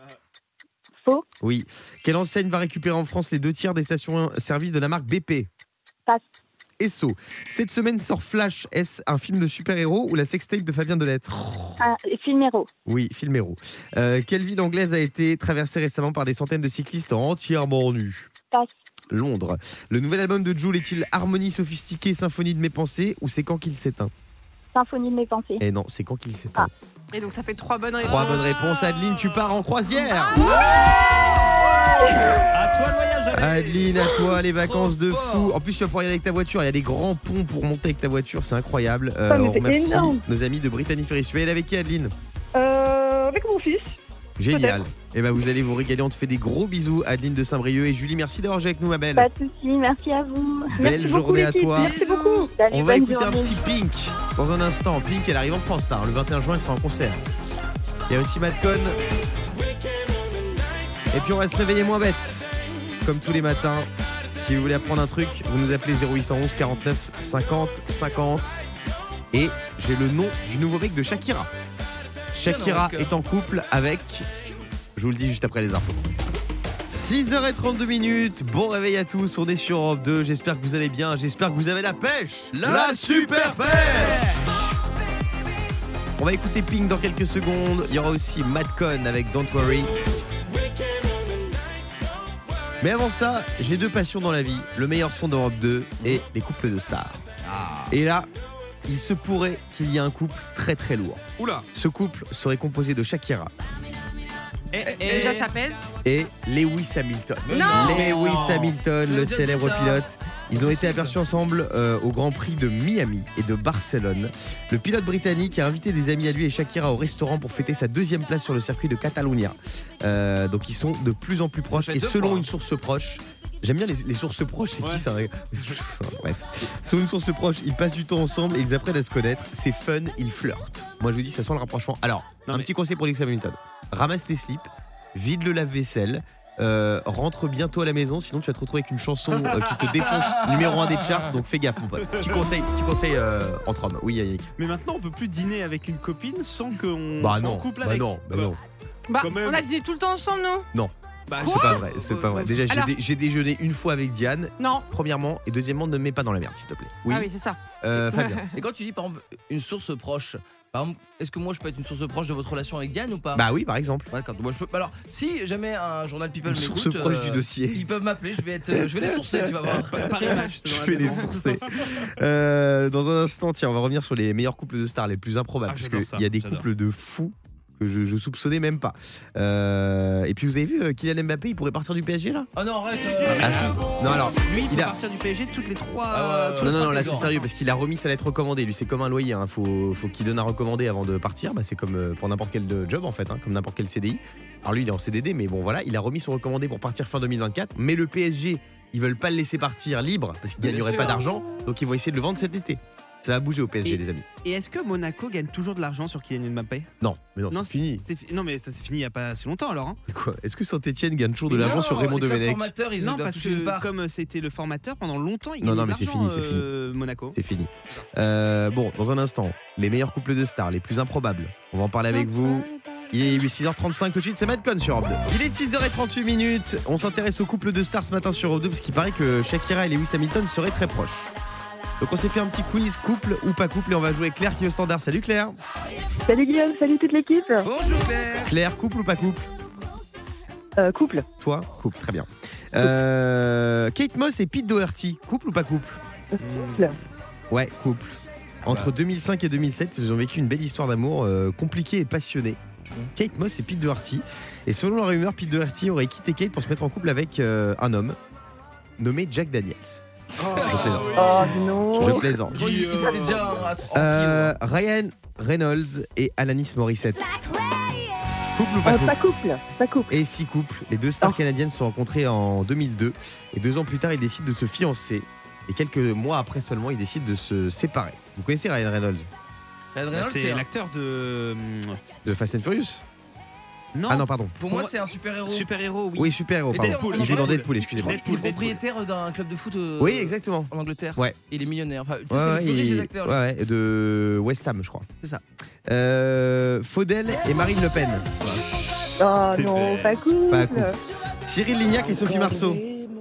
Speaker 8: Faux.
Speaker 3: Oui. Quelle enseigne va récupérer en France les deux tiers des stations-service de la marque B P?
Speaker 8: Passe.
Speaker 3: Esso. Cette semaine sort Flash. Est-ce un film de super-héros ou la sextape de Fabien Delettre?
Speaker 8: Ah, Filmero.
Speaker 3: Oui, film héros. Euh, quelle ville anglaise a été traversée récemment par des centaines de cyclistes entièrement nus?
Speaker 8: Passe.
Speaker 3: Londres. Le nouvel album de Jul est-il harmonie sophistiquée, symphonie de mes pensées ou c'est quand qu'il s'éteint?
Speaker 8: Symphonie de mes pensées.
Speaker 3: Eh non, c'est quand qu'il s'éteint.
Speaker 6: Et donc ça fait trois bonnes réponses.
Speaker 3: Trois bonnes réponses. Adeline, tu pars en croisière.
Speaker 5: À toi le voyage, Alex.
Speaker 3: Adeline, à toi, les vacances de fou. En plus, tu vas pouvoir y aller avec ta voiture. Il y a des grands ponts pour monter avec ta voiture. C'est incroyable. Euh,
Speaker 8: Ah, mais
Speaker 3: on
Speaker 8: c'est
Speaker 3: remercie
Speaker 8: énorme.
Speaker 3: nos amis de Brittany Ferries. Tu vas y aller avec qui, Adeline?
Speaker 8: Euh, avec mon fils.
Speaker 3: Génial. Et ben vous allez vous régaler. On te fait des gros bisous, Adeline de Saint-Brieuc. Et Julie, merci d'avoir joué avec nous, ma belle.
Speaker 2: Pas de soucis, merci à vous.
Speaker 3: Belle
Speaker 8: Merci
Speaker 3: journée
Speaker 8: beaucoup,
Speaker 3: à
Speaker 8: l'équipe.
Speaker 3: toi.
Speaker 8: Merci beaucoup.
Speaker 2: Salut,
Speaker 3: On va
Speaker 2: bonne
Speaker 3: écouter un
Speaker 2: journée.
Speaker 3: petit Pink dans un instant. Pink, elle arrive en France, là. Le vingt et un juin, elle sera en concert. Il y a aussi Madcon. Et puis on va se réveiller moins bête. Comme tous les matins. Si vous voulez apprendre un truc, vous nous appelez zéro huit un un quarante-neuf cinquante cinquante. Et j'ai le nom du nouveau mec de Shakira. Shakira est en couple avec... Je vous le dis juste après les infos. six heures trente-deux minutes, bon réveil à tous, on est sur Europe deux, j'espère que vous allez bien, j'espère que vous avez la pêche. La, super pêche. On va écouter Pink dans quelques secondes, il y aura aussi Madcon avec Don't Worry. Mais avant ça, j'ai deux passions dans la vie, le meilleur son d'Europe deux et les couples de stars. Et là, il se pourrait qu'il y ait un couple très très lourd.
Speaker 5: Oula.
Speaker 3: Ce couple serait composé de Shakira
Speaker 5: Et, et-
Speaker 6: Déjà, ça pèse.
Speaker 3: et Lewis Hamilton.
Speaker 4: Mais
Speaker 6: Non.
Speaker 3: Lewis Hamilton,
Speaker 4: Je
Speaker 3: le
Speaker 4: veux dire
Speaker 3: célèbre
Speaker 4: ça.
Speaker 3: pilote. Ils ont été aperçus ensemble euh, au Grand Prix de Miami et de Barcelone. Le pilote britannique a invité des amis à lui et Shakira au restaurant pour fêter sa deuxième place sur le circuit de Catalunya. Euh, donc ils sont de plus en plus proches
Speaker 4: fait
Speaker 3: et
Speaker 4: deux
Speaker 3: selon
Speaker 4: fois.
Speaker 3: une source proche. J'aime bien les, les sources proches, c'est
Speaker 5: Ouais.
Speaker 3: qui ça? Bref. Selon une source proche, ils passent du temps ensemble et ils apprennent à se connaître. C'est fun, ils flirtent. Moi je vous dis, ça sent le rapprochement. Alors,
Speaker 5: Non,
Speaker 3: un
Speaker 5: mais-
Speaker 3: petit conseil pour Lewis Hamilton. Ramasse tes slips, vide le lave-vaisselle. Euh, rentre bientôt à la maison, sinon tu vas te retrouver avec une chanson euh, qui te défonce numéro un des charts, donc fais gaffe mon pote. Petit conseil, petit conseil euh, entre hommes. Oui Yannick.
Speaker 5: Mais maintenant, on peut plus dîner avec une copine sans qu'on
Speaker 3: Bah
Speaker 5: soit
Speaker 3: non,
Speaker 5: en couple
Speaker 3: bah
Speaker 5: avec.
Speaker 3: non, bah non.
Speaker 6: Bah,
Speaker 5: Quand même.
Speaker 6: on a dîné tout le temps ensemble, nous
Speaker 5: Bah,
Speaker 3: C'est pas vrai, c'est pas vrai. Déjà j'ai,
Speaker 6: Alors-
Speaker 3: dé- j'ai déjeuné une fois avec Diane,
Speaker 6: Non.
Speaker 3: premièrement, et deuxièmement ne me mets pas dans la merde s'il te plaît. Oui,
Speaker 6: Ah oui, c'est ça.
Speaker 3: euh, Fabien.
Speaker 4: Et quand tu dis par exemple une source proche, par exemple, est-ce que moi je peux être une source proche de votre relation avec Diane ou pas?
Speaker 3: Bah oui par exemple.
Speaker 4: Ouais, d'accord. Moi je peux. Alors, si jamais un journal People
Speaker 3: Une
Speaker 4: m'écoute,
Speaker 3: source proche
Speaker 4: euh,
Speaker 3: du dossier.
Speaker 4: ils peuvent m'appeler. Je vais être, euh, je vais les sourcer, tu vas voir.
Speaker 5: Par image. c'est dans
Speaker 3: Je
Speaker 5: la
Speaker 3: vais les
Speaker 5: maison.
Speaker 3: sourcer. Euh, dans un instant, tiens, on va revenir sur les meilleurs couples de stars les plus improbables.
Speaker 5: Ah,
Speaker 3: parce
Speaker 5: j'adore ça,
Speaker 3: qu'il y a des
Speaker 5: j'adore.
Speaker 3: couples de fous que je, je soupçonnais même pas. Euh, et puis vous avez vu, euh, Kylian Mbappé, il pourrait partir du P S G là?
Speaker 4: Oh non, arrête. euh,
Speaker 3: Ah si. Non alors,
Speaker 5: Lui, il
Speaker 3: Il
Speaker 5: peut
Speaker 3: a-
Speaker 5: partir du P S G toutes les trois.
Speaker 4: Ah ouais,
Speaker 5: euh,
Speaker 4: ouais,
Speaker 5: tous
Speaker 3: non,
Speaker 5: les
Speaker 3: non, non,
Speaker 5: trois
Speaker 3: là
Speaker 5: quarts
Speaker 3: c'est
Speaker 5: d'heure.
Speaker 3: sérieux parce qu'il a remis sa lettre recommandée. Lui, c'est comme un loyer. Hein. Faut, faut qu'il donne un recommandé avant de partir. Bah, c'est comme euh, pour n'importe quel euh, job en fait, hein, comme n'importe quel C D I. Alors lui, il est en C D D, mais bon voilà, il a remis son recommandé pour partir fin deux mille vingt-quatre. Mais le P S G, ils veulent pas le laisser partir libre parce qu'il
Speaker 4: Bien
Speaker 3: gagnerait
Speaker 4: sûr.
Speaker 3: pas d'argent. Donc ils vont essayer de le vendre cet été. Ça va bouger au P S G,
Speaker 5: Et-
Speaker 3: les amis.
Speaker 5: Et est-ce que Monaco gagne toujours de l'argent sur Kylian Mbappé?
Speaker 3: Non, mais non,
Speaker 5: Non,
Speaker 3: c'est fini.
Speaker 5: C'est fi- Non, mais ça s'est fini il y a pas si longtemps alors. Hein.
Speaker 3: Quoi? Est-ce que Saint-Etienne gagne toujours de
Speaker 4: mais
Speaker 3: l'argent
Speaker 4: non,
Speaker 3: sur Raymond
Speaker 4: les clubs
Speaker 3: Domenech?
Speaker 4: formateurs, ils
Speaker 5: Non,
Speaker 4: doivent
Speaker 5: parce
Speaker 4: toucher une
Speaker 5: que
Speaker 4: part.
Speaker 5: comme c'était le formateur pendant longtemps, il
Speaker 3: Non,
Speaker 5: gagnait
Speaker 3: non,
Speaker 5: de
Speaker 3: mais c'est
Speaker 5: l'argent,
Speaker 3: fini, c'est
Speaker 5: euh, Monaco.
Speaker 3: C'est fini. Euh, bon, dans un instant, les meilleurs couples de stars, les plus improbables. On va en parler avec vous. Il est six heures trente-cinq tout de suite, c'est Madcon sur Europe deux. Il est six heures trente-huit minutes. On s'intéresse au couple de stars ce matin sur Europe deux parce qu'il paraît que Shakira et Lewis Hamilton seraient très proches. Donc on s'est fait un petit quiz couple ou pas couple et on va jouer Claire qui est au standard. Salut Claire.
Speaker 8: Salut Guillaume, salut toute l'équipe.
Speaker 4: Bonjour Claire.
Speaker 3: Claire, couple ou pas couple?
Speaker 8: Euh, couple.
Speaker 3: Toi, couple, très bien. Euh, Kate Moss et Pete Doherty, couple ou pas couple?
Speaker 8: Couple.
Speaker 3: Ouais, couple. Entre deux mille cinq et deux mille sept, ils ont vécu une belle histoire d'amour euh, compliquée et passionnée. Kate Moss et Pete Doherty. Et selon la rumeur, Pete Doherty aurait quitté Kate pour se mettre en couple avec euh, un homme nommé Jack Daniels. Je plaisante.
Speaker 8: Oh non.
Speaker 3: Je plaisante.
Speaker 4: Je crois qu'ils ils étaient déjà à trois
Speaker 3: Euh, Ryan Reynolds et Alanis Morissette. Couple ou pas
Speaker 8: Euh,
Speaker 3: couple?
Speaker 8: pas couple. Pas couple.
Speaker 3: Et six couples. Les deux stars
Speaker 8: Oh.
Speaker 3: canadiennes se sont rencontrées en deux mille deux. Et deux ans plus tard, ils décident de se fiancer. Et quelques mois après seulement, ils décident de se séparer. Vous connaissez Ryan Reynolds
Speaker 4: Ryan
Speaker 5: Bah,
Speaker 4: Reynolds,
Speaker 5: c'est
Speaker 4: c'est un-
Speaker 5: l'acteur de.
Speaker 3: de Fast and Furious?
Speaker 5: Non,
Speaker 3: Ah non, pardon.
Speaker 4: Pour moi, c'est un super héros.
Speaker 5: super héros, oui.
Speaker 3: Oui, super héros,
Speaker 4: Et
Speaker 3: pardon.
Speaker 4: Deadpool.
Speaker 3: Il joue dans
Speaker 4: Deadpool.
Speaker 3: Deadpool, excusez-moi.
Speaker 4: Il est propriétaire d'un club de foot euh,
Speaker 3: Oui, exactement.
Speaker 4: en Angleterre.
Speaker 3: Ouais.
Speaker 4: Il est millionnaire. Enfin, tu sais,
Speaker 3: Ouais,
Speaker 4: c'est
Speaker 3: ouais,
Speaker 4: le plus riche
Speaker 3: il-
Speaker 4: des acteurs. lui.
Speaker 3: ouais, ouais, de West Ham, je crois.
Speaker 4: C'est ça.
Speaker 3: Euh, Faudel et Marine Le Pen.
Speaker 8: Oh
Speaker 5: C'est
Speaker 8: non,
Speaker 5: fait.
Speaker 8: pas couple.
Speaker 3: Pas couple. Cyril Lignac et Sophie Marceau.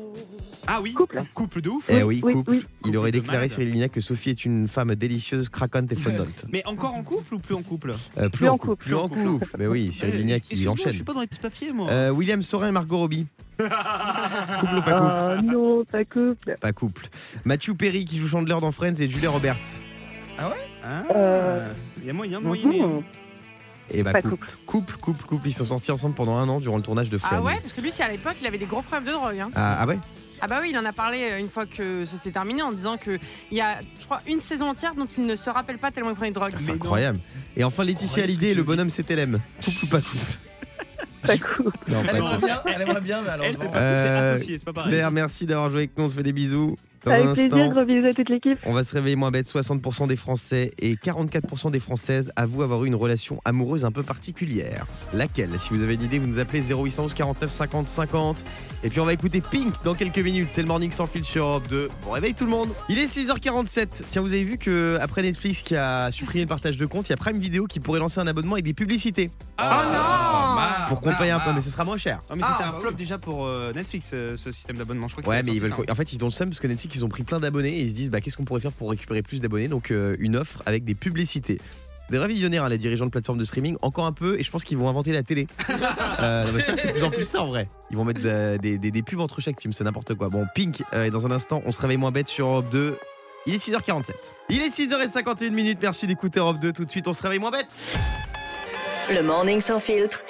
Speaker 5: Ah oui,
Speaker 8: Couple.
Speaker 5: couple de ouf.
Speaker 3: Eh oui,
Speaker 8: oui,
Speaker 3: couple.
Speaker 8: oui.
Speaker 3: Il aurait
Speaker 5: Couple de
Speaker 3: déclaré,
Speaker 5: malade.
Speaker 3: Cyril Lignac, que Sophie est une femme délicieuse, craquante et fondante.
Speaker 5: Mais encore en couple ou plus en couple?
Speaker 3: Euh, plus, en couple. Plus en couple. Mais oui, Cyril
Speaker 5: Eh,
Speaker 3: Lignac, il
Speaker 5: excuse-moi,
Speaker 3: enchaîne.
Speaker 5: Je suis pas dans les petits papiers, moi.
Speaker 3: Euh, William Sorin et Margot Robbie. Couple ou pas couple?
Speaker 8: Oh non, pas couple.
Speaker 3: Pas couple. Matthew Perry qui joue Chandler dans Friends et Julia Roberts.
Speaker 5: Ah,
Speaker 8: Euh,
Speaker 5: il y a moyen de moyenner.
Speaker 8: mhm.
Speaker 3: Et bah
Speaker 8: Pas
Speaker 3: couple.
Speaker 8: couple.
Speaker 3: Couple, couple, couple. Ils sont sortis ensemble pendant un an durant le tournage de Friends.
Speaker 6: Ah ouais, parce que lui, c'est à l'époque, il avait des gros problèmes de drogue. Hein.
Speaker 3: Ah, ah ouais?
Speaker 6: Ah bah oui, il en a parlé euh, une fois que ça s'est terminé en disant qu'il y a, je crois, une saison entière dont il ne se rappelle pas tellement il prenait de drogue.
Speaker 3: C'est incroyable. Et enfin, Laetitia Hallyday, le bonhomme c'est L M. Couple ou pas couple?
Speaker 8: Pas cool.
Speaker 3: Non,
Speaker 4: Elle
Speaker 3: pas
Speaker 4: aimerait
Speaker 3: couple.
Speaker 4: bien, elle aimerait bien, mais alors.
Speaker 9: Elle, c'est
Speaker 4: non.
Speaker 9: pas
Speaker 3: Euh,
Speaker 9: c'est associé, c'est pas pareil.
Speaker 3: Claire, merci d'avoir joué avec nous. On te fait des bisous. Dans
Speaker 8: Avec
Speaker 3: un
Speaker 8: plaisir,
Speaker 3: instant,
Speaker 8: gros bisous à toute l'équipe.
Speaker 3: on va se réveiller moins bête. soixante pour cent des Français et quarante-quatre pour cent des Françaises avouent avoir eu une relation amoureuse un peu particulière. Laquelle? Si vous avez une idée, vous nous appelez zéro huit cent onze quarante-neuf cinquante cinquante. Et puis on va écouter Pink dans quelques minutes. C'est le Morning sans fil sur Europe deux. Bon réveil tout le monde. Il est six heures quarante-sept. Tiens, vous avez vu que après Netflix qui a supprimé le partage de compte, il y a Prime Video qui pourrait lancer un abonnement avec des publicités
Speaker 6: Oh non
Speaker 4: marre,
Speaker 3: pour qu'on paye un
Speaker 4: marre,
Speaker 3: peu, mais
Speaker 4: marre.
Speaker 3: ce sera moins cher.
Speaker 5: Non, mais
Speaker 4: Ah,
Speaker 5: c'était
Speaker 4: bah
Speaker 5: un flop
Speaker 4: oui.
Speaker 5: déjà pour euh, Netflix, euh, ce système d'abonnement. Je crois que
Speaker 3: Ouais,
Speaker 5: c'est
Speaker 3: mais ils veulent.
Speaker 5: sorti ça.
Speaker 3: En fait, ils ont le seum parce que Netflix, ils ont pris plein d'abonnés et ils se disent, bah, qu'est-ce qu'on pourrait faire pour récupérer plus d'abonnés? Donc, euh, une offre avec des publicités. C'est des vrais visionnaires, hein, les dirigeants de plateformes de streaming, encore un peu, et je pense qu'ils vont inventer la télé. euh, non, mais c'est vrai que c'est de plus en plus ça en vrai. Ils vont mettre de- des, des- des pubs entre chaque film, c'est n'importe quoi. Bon, Pink, euh, et dans un instant, on se réveille moins bête sur Europe deux. Il est six heures quarante-sept. Il est six heures cinquante et une minutes. Merci d'écouter Europe deux. Tout de suite, on se réveille moins bête.
Speaker 10: Le morning sans filtre.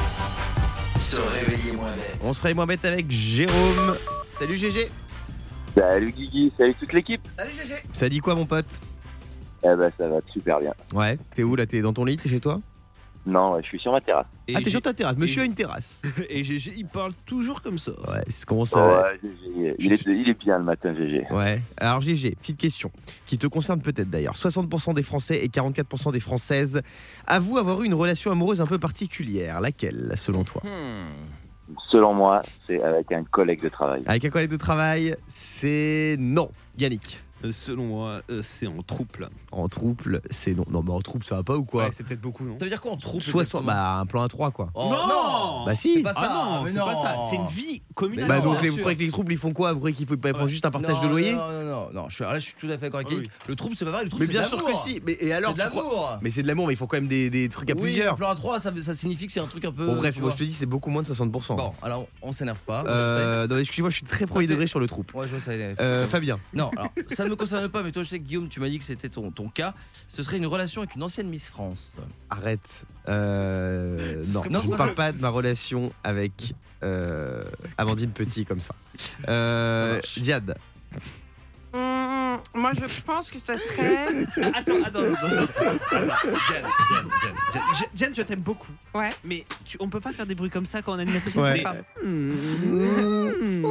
Speaker 7: Se réveiller moins bête.
Speaker 3: On se réveille moins bête avec Jérôme. Salut G G.
Speaker 11: Salut Guigui, salut toute l'équipe.
Speaker 4: Salut G G.
Speaker 3: Ça dit quoi mon pote?
Speaker 11: Eh ben ça va super bien.
Speaker 3: Ouais, t'es où là? T'es dans ton lit? T'es chez toi?
Speaker 11: Non, je suis sur ma terrasse.
Speaker 5: Et
Speaker 3: Ah, t'es
Speaker 5: j'ai-
Speaker 3: sur ta terrasse. Monsieur a une terrasse.
Speaker 5: Et G G, il parle toujours comme ça.
Speaker 3: Ouais, c'est comment ça?
Speaker 11: Ouais, G G, il est, il est bien le matin, G G.
Speaker 3: Ouais. Alors G G, petite question qui te concerne peut-être d'ailleurs. soixante pour cent des Français et quarante-quatre pour cent des Françaises avouent avoir eu une relation amoureuse un peu particulière. Laquelle, selon toi?
Speaker 11: Selon moi, c'est avec un collègue de travail.
Speaker 3: Avec un collègue de travail, c'est non. Yannick.
Speaker 5: Euh, Selon moi, euh, c'est en troupe là.
Speaker 3: En trouble, c'est non. Non, mais en trouble, ça va pas ou quoi?
Speaker 5: Ouais, c'est peut-être beaucoup, non?
Speaker 4: Ça veut dire quoi en troupe?
Speaker 3: soixante, bah un plan à trois quoi.
Speaker 4: Oh,
Speaker 5: Non
Speaker 3: Bah si.
Speaker 4: C'est pas ça,
Speaker 5: Ah non,
Speaker 4: mais
Speaker 5: c'est
Speaker 4: non.
Speaker 5: pas ça. C'est une vie commune.
Speaker 3: Bah
Speaker 4: non,
Speaker 3: donc
Speaker 4: bien
Speaker 3: les, vous
Speaker 4: sûr.
Speaker 3: croyez que les troubles ils font quoi? Vous croyez qu'ils font, ils font
Speaker 5: Ouais.
Speaker 3: juste un partage
Speaker 4: Non,
Speaker 3: de loyer?
Speaker 4: Non, non, non, non. Je suis, là, je suis tout à fait d'accord avec
Speaker 5: Ah
Speaker 4: Yannick. Le trouble, c'est pas vrai. Le trouble,
Speaker 3: Mais
Speaker 4: c'est
Speaker 3: bien
Speaker 4: de
Speaker 3: sûr que
Speaker 4: l'amour.
Speaker 3: si. Mais et alors
Speaker 4: C'est de
Speaker 3: tu crois-
Speaker 4: l'amour.
Speaker 3: Mais c'est de l'amour, mais il faut quand même des, des trucs à
Speaker 4: Oui,
Speaker 3: plusieurs.
Speaker 4: le plan à trois, ça, ça signifie que c'est un truc un peu.
Speaker 3: Bon bref,
Speaker 4: tu
Speaker 3: moi
Speaker 4: vois.
Speaker 3: je te dis c'est beaucoup moins de soixante pour cent.
Speaker 4: Bon, alors on s'énerve pas.
Speaker 3: Euh, non, excusez-moi, je suis très premier
Speaker 4: t'es-
Speaker 3: degré sur le trouble.
Speaker 4: Ouais, je vois ça.
Speaker 3: Euh, Fabien.
Speaker 4: Non, alors ça ne me concerne pas, mais toi, je sais que Guillaume, tu m'as dit que c'était ton, ton cas. Ce serait une relation avec une ancienne Miss France.
Speaker 3: Arrête. Euh, non,
Speaker 4: Non,
Speaker 3: je ne
Speaker 4: c'est
Speaker 3: parle
Speaker 4: pas-
Speaker 3: pas de ma relation avec euh, Amandine Petit comme ça. Euh,
Speaker 4: Ça marche.
Speaker 3: Diane.
Speaker 6: Hum, Moi, je pense que ça serait.
Speaker 9: Attends, attends, attends. attends. Attends, Jen, Jen, Jen, Jen. Je- Jen, je t'aime beaucoup.
Speaker 6: Ouais.
Speaker 9: Mais tu, on peut pas faire des bruits comme ça quand on a une maîtrise.
Speaker 3: Ouais.
Speaker 9: des-
Speaker 6: Pardon.
Speaker 9: Mmh.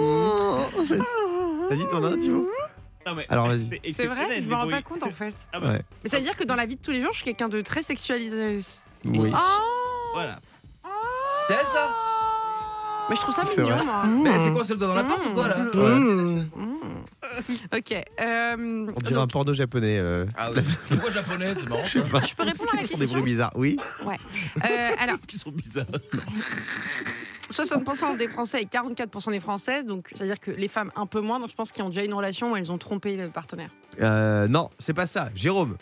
Speaker 3: Vas-y, t'en as un, Thibaut?
Speaker 9: Non, mais
Speaker 3: Alors, vas-y.
Speaker 9: c'est
Speaker 6: C'est vrai,
Speaker 9: exceptionnel,
Speaker 6: je
Speaker 9: les
Speaker 6: me rends
Speaker 9: bruits.
Speaker 6: pas compte en fait.
Speaker 9: Ah bah,
Speaker 3: Ouais.
Speaker 6: Mais ça veut dire que dans la vie de tous les jours, je suis quelqu'un de très sexualisé.
Speaker 3: Oui.
Speaker 6: Oh
Speaker 9: Voilà.
Speaker 4: C'est elle, ça?
Speaker 6: Mais je trouve ça
Speaker 3: C'est
Speaker 6: mignon,
Speaker 3: vrai.
Speaker 6: moi.
Speaker 4: Mais c'est quoi, c'est le doigt dans la porte ou quoi là?
Speaker 3: Ouais.
Speaker 6: Mmh. Ok. euh,
Speaker 3: On dirait un
Speaker 6: donc,
Speaker 3: porno japonais. euh.
Speaker 4: Ah oui. Pourquoi japonais? C'est marrant.
Speaker 3: Je sais
Speaker 4: ça.
Speaker 3: pas.
Speaker 6: je peux répondre à la
Speaker 3: Ils font des
Speaker 6: question
Speaker 3: bruits bizarres. Oui.
Speaker 6: Euh, Alors,
Speaker 4: Parce qu'ils sont bizarres.
Speaker 6: soixante pour cent des Français et quarante-quatre pour cent des Françaises, donc c'est-à-dire que les femmes un peu moins, donc je pense qu'ils ont déjà une relation où elles ont trompé le partenaire.
Speaker 3: Euh, non, c'est pas ça. Jérôme.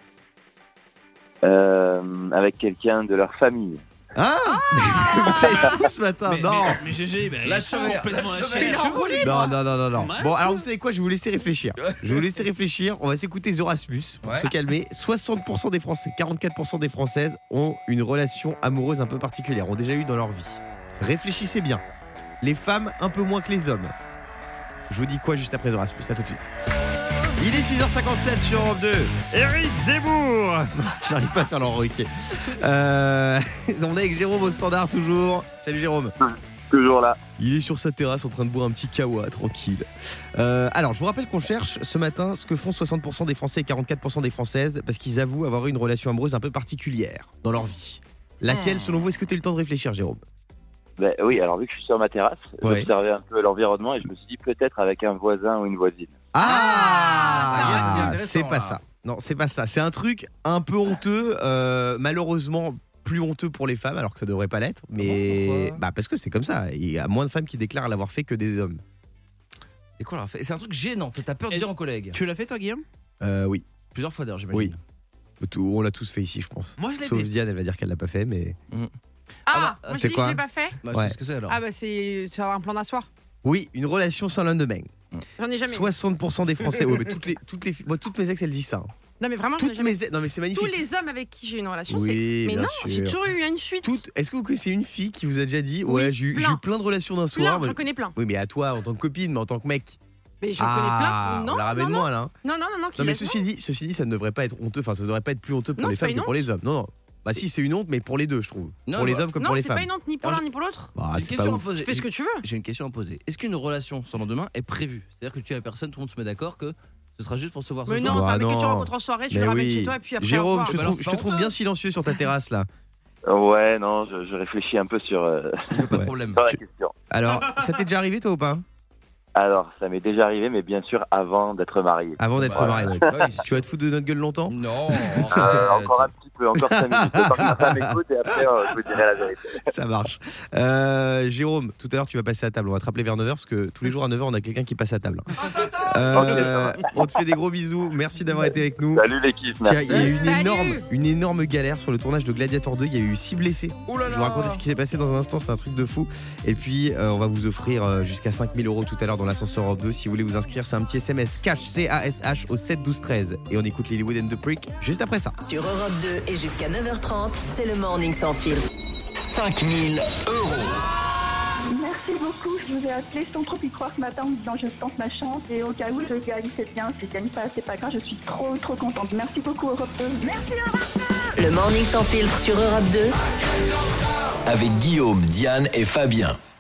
Speaker 11: Euh, avec quelqu'un de leur famille.
Speaker 3: Ah, Vous savez tout ce matin.
Speaker 9: Mais,
Speaker 3: non.
Speaker 9: mais, mais G G, bah, il
Speaker 4: La
Speaker 9: est
Speaker 4: chevalière,
Speaker 9: complètement
Speaker 4: la
Speaker 9: lâché.
Speaker 4: chevalière.
Speaker 6: Il est en roue libre.
Speaker 3: Non, non, non, non, non.
Speaker 9: Ouais.
Speaker 3: Bon, alors vous savez quoi? Je vais vous laisser réfléchir. Je vais vous laisser réfléchir. On va s'écouter Zorasmus pour
Speaker 4: Ouais.
Speaker 3: se calmer. soixante pour cent des Français, quarante-quatre pour cent des Françaises ont une relation amoureuse un peu particulière, ont déjà eu dans leur vie. Réfléchissez bien. Les femmes un peu moins que les hommes. Je vous dis quoi juste après Zorasmus? À tout de suite. Il est six heures cinquante-sept sur Europe deux. Éric Zemmour. J'arrive pas à faire l'enroquer. Euh, on est avec Jérôme au standard toujours. Salut Jérôme.
Speaker 11: Toujours là.
Speaker 3: Il est sur sa terrasse en train de boire un petit kawa, tranquille. Euh, alors, je vous rappelle qu'on cherche ce matin ce que font soixante pour cent des Français et quarante-quatre pour cent des Françaises parce qu'ils avouent avoir eu une relation amoureuse un peu particulière dans leur vie. Laquelle,
Speaker 4: Hmm.
Speaker 3: selon vous, est-ce que tu as eu le temps de réfléchir, Jérôme?
Speaker 11: Ben oui, alors vu que je suis sur ma terrasse,
Speaker 3: Ouais.
Speaker 11: j'observais un peu l'environnement et je me suis dit peut-être avec un voisin ou une voisine.
Speaker 3: Ah,
Speaker 4: ça, c'est intéressant,
Speaker 3: c'est pas
Speaker 4: là.
Speaker 3: ça. Non, c'est pas ça. C'est un truc un peu honteux, euh, malheureusement plus honteux pour les femmes, alors que ça devrait pas l'être. Mais
Speaker 4: pourquoi
Speaker 3: bah parce que c'est comme ça. Il y a moins de femmes qui déclarent l'avoir fait que des hommes.
Speaker 4: Et quoi, alors, fait C'est un truc gênant. T'as peur de
Speaker 9: Et-
Speaker 4: dire en collègue.
Speaker 9: Tu l'as fait, toi, Guillaume?
Speaker 3: Euh, oui,
Speaker 4: Plusieurs fois d'ailleurs, j'imagine.
Speaker 3: oui. Tout- on l'a tous fait ici, je pense.
Speaker 9: Moi, je l'ai
Speaker 3: Sauf
Speaker 9: fait.
Speaker 3: Diane, elle va dire qu'elle l'a pas fait, mais.
Speaker 6: Ah,
Speaker 4: bah,
Speaker 6: moi je
Speaker 3: c'est
Speaker 6: dis que
Speaker 3: quoi
Speaker 6: je l'ai pas fait.
Speaker 4: Bah,
Speaker 3: Ouais.
Speaker 4: c'est ce que c'est alors.
Speaker 6: Ah bah c'est c'est un plan d'un soir.
Speaker 3: Oui, une relation sans lendemain.
Speaker 6: J'en ai jamais. eu.
Speaker 3: soixante pour cent des Français. Ouais, mais toutes les, toutes les, moi, toutes mes ex, elles disent ça. hein.
Speaker 6: Non mais vraiment, j'en ai
Speaker 3: Toutes
Speaker 6: jamais.
Speaker 3: mes ex, non mais c'est magnifique.
Speaker 6: Tous les hommes avec qui j'ai une relation,
Speaker 3: Oui,
Speaker 6: c'est. Mais
Speaker 3: bien
Speaker 6: non, j'ai
Speaker 3: sûr.
Speaker 6: toujours eu une suite.
Speaker 3: Toutes. Est-ce que vous connaissez une fille qui vous a déjà dit,
Speaker 6: Oui,
Speaker 3: ouais, j'ai eu j'ai
Speaker 6: plein.
Speaker 3: eu plein de relations d'un
Speaker 6: Plein,
Speaker 3: soir. mais-
Speaker 6: j'en connais plein.
Speaker 3: Oui, mais à toi en tant que copine, mais en tant que mec.
Speaker 6: Mais je
Speaker 3: Ah,
Speaker 6: connais plein de... Non,
Speaker 3: on la ramène
Speaker 6: non, non.
Speaker 3: moins là. hein.
Speaker 6: Non, non, non, non, qui
Speaker 3: Non, mais
Speaker 6: laisse-
Speaker 3: ceci dit, ceci dit, ça ne devrait pas être honteux. Enfin, ça ne devrait pas être plus honteux pour
Speaker 6: Non,
Speaker 3: les
Speaker 6: c'est pas
Speaker 3: femmes que
Speaker 6: une
Speaker 3: pour
Speaker 6: honte.
Speaker 3: les hommes. Non, non. Bah si, c'est une honte, mais pour les deux, je trouve.
Speaker 4: Non,
Speaker 3: pour les
Speaker 4: bah,
Speaker 3: hommes comme
Speaker 6: Non,
Speaker 3: pour les
Speaker 6: c'est
Speaker 3: femmes.
Speaker 6: pas une honte ni pour l'un ni pour l'autre.
Speaker 3: Bah,
Speaker 4: J'ai une
Speaker 3: c'est pas
Speaker 4: question à
Speaker 3: ouf.
Speaker 4: poser.
Speaker 6: Tu fais ce que tu veux.
Speaker 4: J'ai une question à poser. Est-ce qu'une relation sans lendemain est prévue? C'est-à-dire que tu es la personne, tout le monde se met d'accord que ce sera juste pour se voir ce
Speaker 6: Mais
Speaker 4: soir.
Speaker 6: non, c'est
Speaker 3: Bah
Speaker 6: un mec que tu
Speaker 3: non.
Speaker 6: rencontres en soirée, tu
Speaker 3: Mais
Speaker 6: le ramènes
Speaker 3: oui.
Speaker 6: chez toi et puis après. au
Speaker 3: Jérôme,
Speaker 6: revoir.
Speaker 3: je te
Speaker 4: Bah
Speaker 3: trouve,
Speaker 4: alors,
Speaker 3: je te
Speaker 4: c'est
Speaker 3: trouve
Speaker 4: honteux.
Speaker 3: bien silencieux sur ta terrasse là.
Speaker 11: Ouais, non, je, je réfléchis un peu sur, euh,
Speaker 4: Il n'y a pas de
Speaker 3: Ouais.
Speaker 4: problème.
Speaker 11: sur la
Speaker 3: Tu-
Speaker 11: question.
Speaker 3: Alors, ça t'est déjà arrivé toi ou pas?
Speaker 11: Alors, ça m'est déjà arrivé, mais bien sûr avant d'être marié.
Speaker 3: Avant d'être
Speaker 4: Bah,
Speaker 3: marié. ouais.
Speaker 4: ouais, c'est-
Speaker 3: Tu vas te foutre de notre gueule longtemps?
Speaker 4: Non,
Speaker 11: Euh,
Speaker 4: arrête.
Speaker 11: encore un petit peu, encore cinq minutes, le temps que ma femme écoute, et après, euh, je vous dirai la vérité.
Speaker 3: Ça marche. Euh, Jérôme, tout à l'heure tu vas passer à table. On va te rappeler vers neuf heures parce que tous les jours à neuf heures on a quelqu'un qui passe à table. Euh, on te fait des gros bisous. Merci d'avoir été avec nous.
Speaker 11: Salut l'équipe,
Speaker 3: Tiens,
Speaker 11: merci.
Speaker 3: il y a eu une
Speaker 6: Salut.
Speaker 3: énorme, une énorme galère sur le tournage de Gladiator deux. Il y a eu six blessés.
Speaker 4: Oh là
Speaker 3: Je
Speaker 4: là.
Speaker 3: vous raconter ce qui s'est passé dans un instant. C'est un truc de fou. Et puis, euh, on va vous offrir euh, jusqu'à cinq mille euros tout à l'heure dans l'ascenseur Europe deux. Si vous voulez vous inscrire, c'est un petit S M S cash C A S H au sept douze treize. Et on écoute Lilywood and the Prick juste après ça.
Speaker 10: Sur Europe deux et jusqu'à neuf heures trente, c'est le Morning Sans Filtre.
Speaker 7: cinq mille euros.
Speaker 2: Merci beaucoup. Je vous ai appelé sans trop y croire ce matin en me disant je tente ma chance et au cas où je gagne, c'est bien. Si je gagne pas, c'est pas grave. Je suis trop, trop contente. Merci beaucoup, Europe deux. Merci, Europe deux.
Speaker 10: Le Morning Sans Filtre sur Europe deux.
Speaker 7: Avec Guillaume, Diane et Fabien.